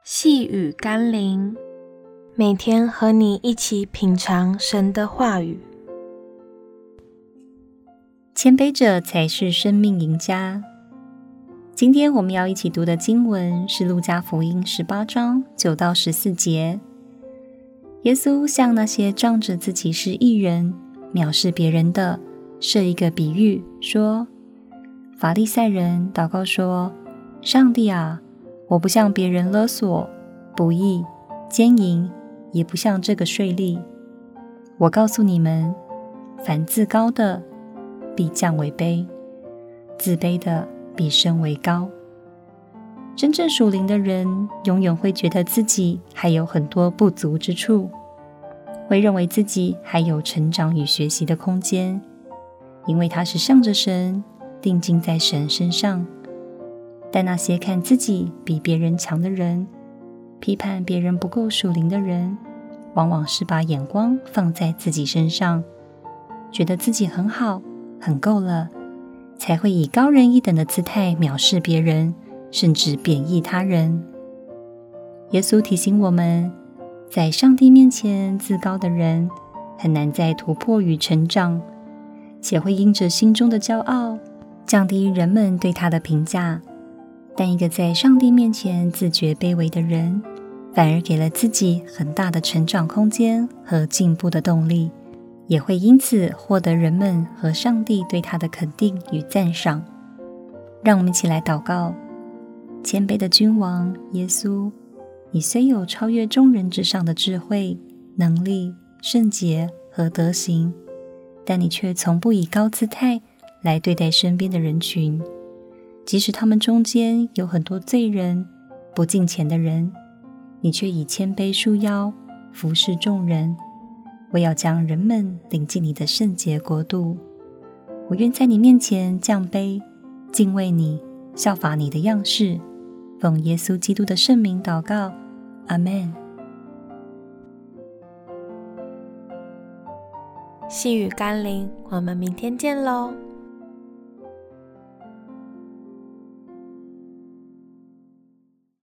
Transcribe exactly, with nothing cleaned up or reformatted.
细雨甘霖，每天和你一起品尝神的话语。 谦卑者才是生命赢家。今天我们要一起读的经文是路加福音十八章九到十四节。耶稣向那些仗着自己是义人、藐视别人的，设一个比喻，说：法利赛人祷告说，上帝啊，我不向别人勒索、不义、奸淫，也不像这个税吏。我告诉你们，凡自高的，必降为卑；自卑的，必升为高。真正属灵的人，永远会觉得自己还有很多不足之处，会认为自己还有成长与学习的空间，因为他是向着神，定睛在神身上。但那些看自己比别人强的人，批判别人不够属灵的人，往往是把眼光放在自己身上，觉得自己很好，很够了，才会以高人一等的姿态藐视别人，甚至贬义他人。耶稣提醒我们，在上帝面前自高的人，很难再突破与成长，且会因着心中的骄傲，降低人们对他的评价。但一个在上帝面前自觉卑微的人，反而给了自己很大的成长空间和进步的动力，也会因此获得人们和上帝对他的肯定与赞赏。让我们一起来祷告。谦卑的君王耶稣，你虽有超越众人之上的智慧、能力、圣洁和德行，但你却从不以高姿态来对待身边的人群。即使他们中间有很多罪人、不敬虔的人，你却以谦卑束腰，服侍众人，为要将人们领进你的圣洁国度。我愿在你面前降卑，敬畏你，效法你的样式。奉耶稣基督的圣名祷告，阿们。 细雨甘霖，我们明天见喽。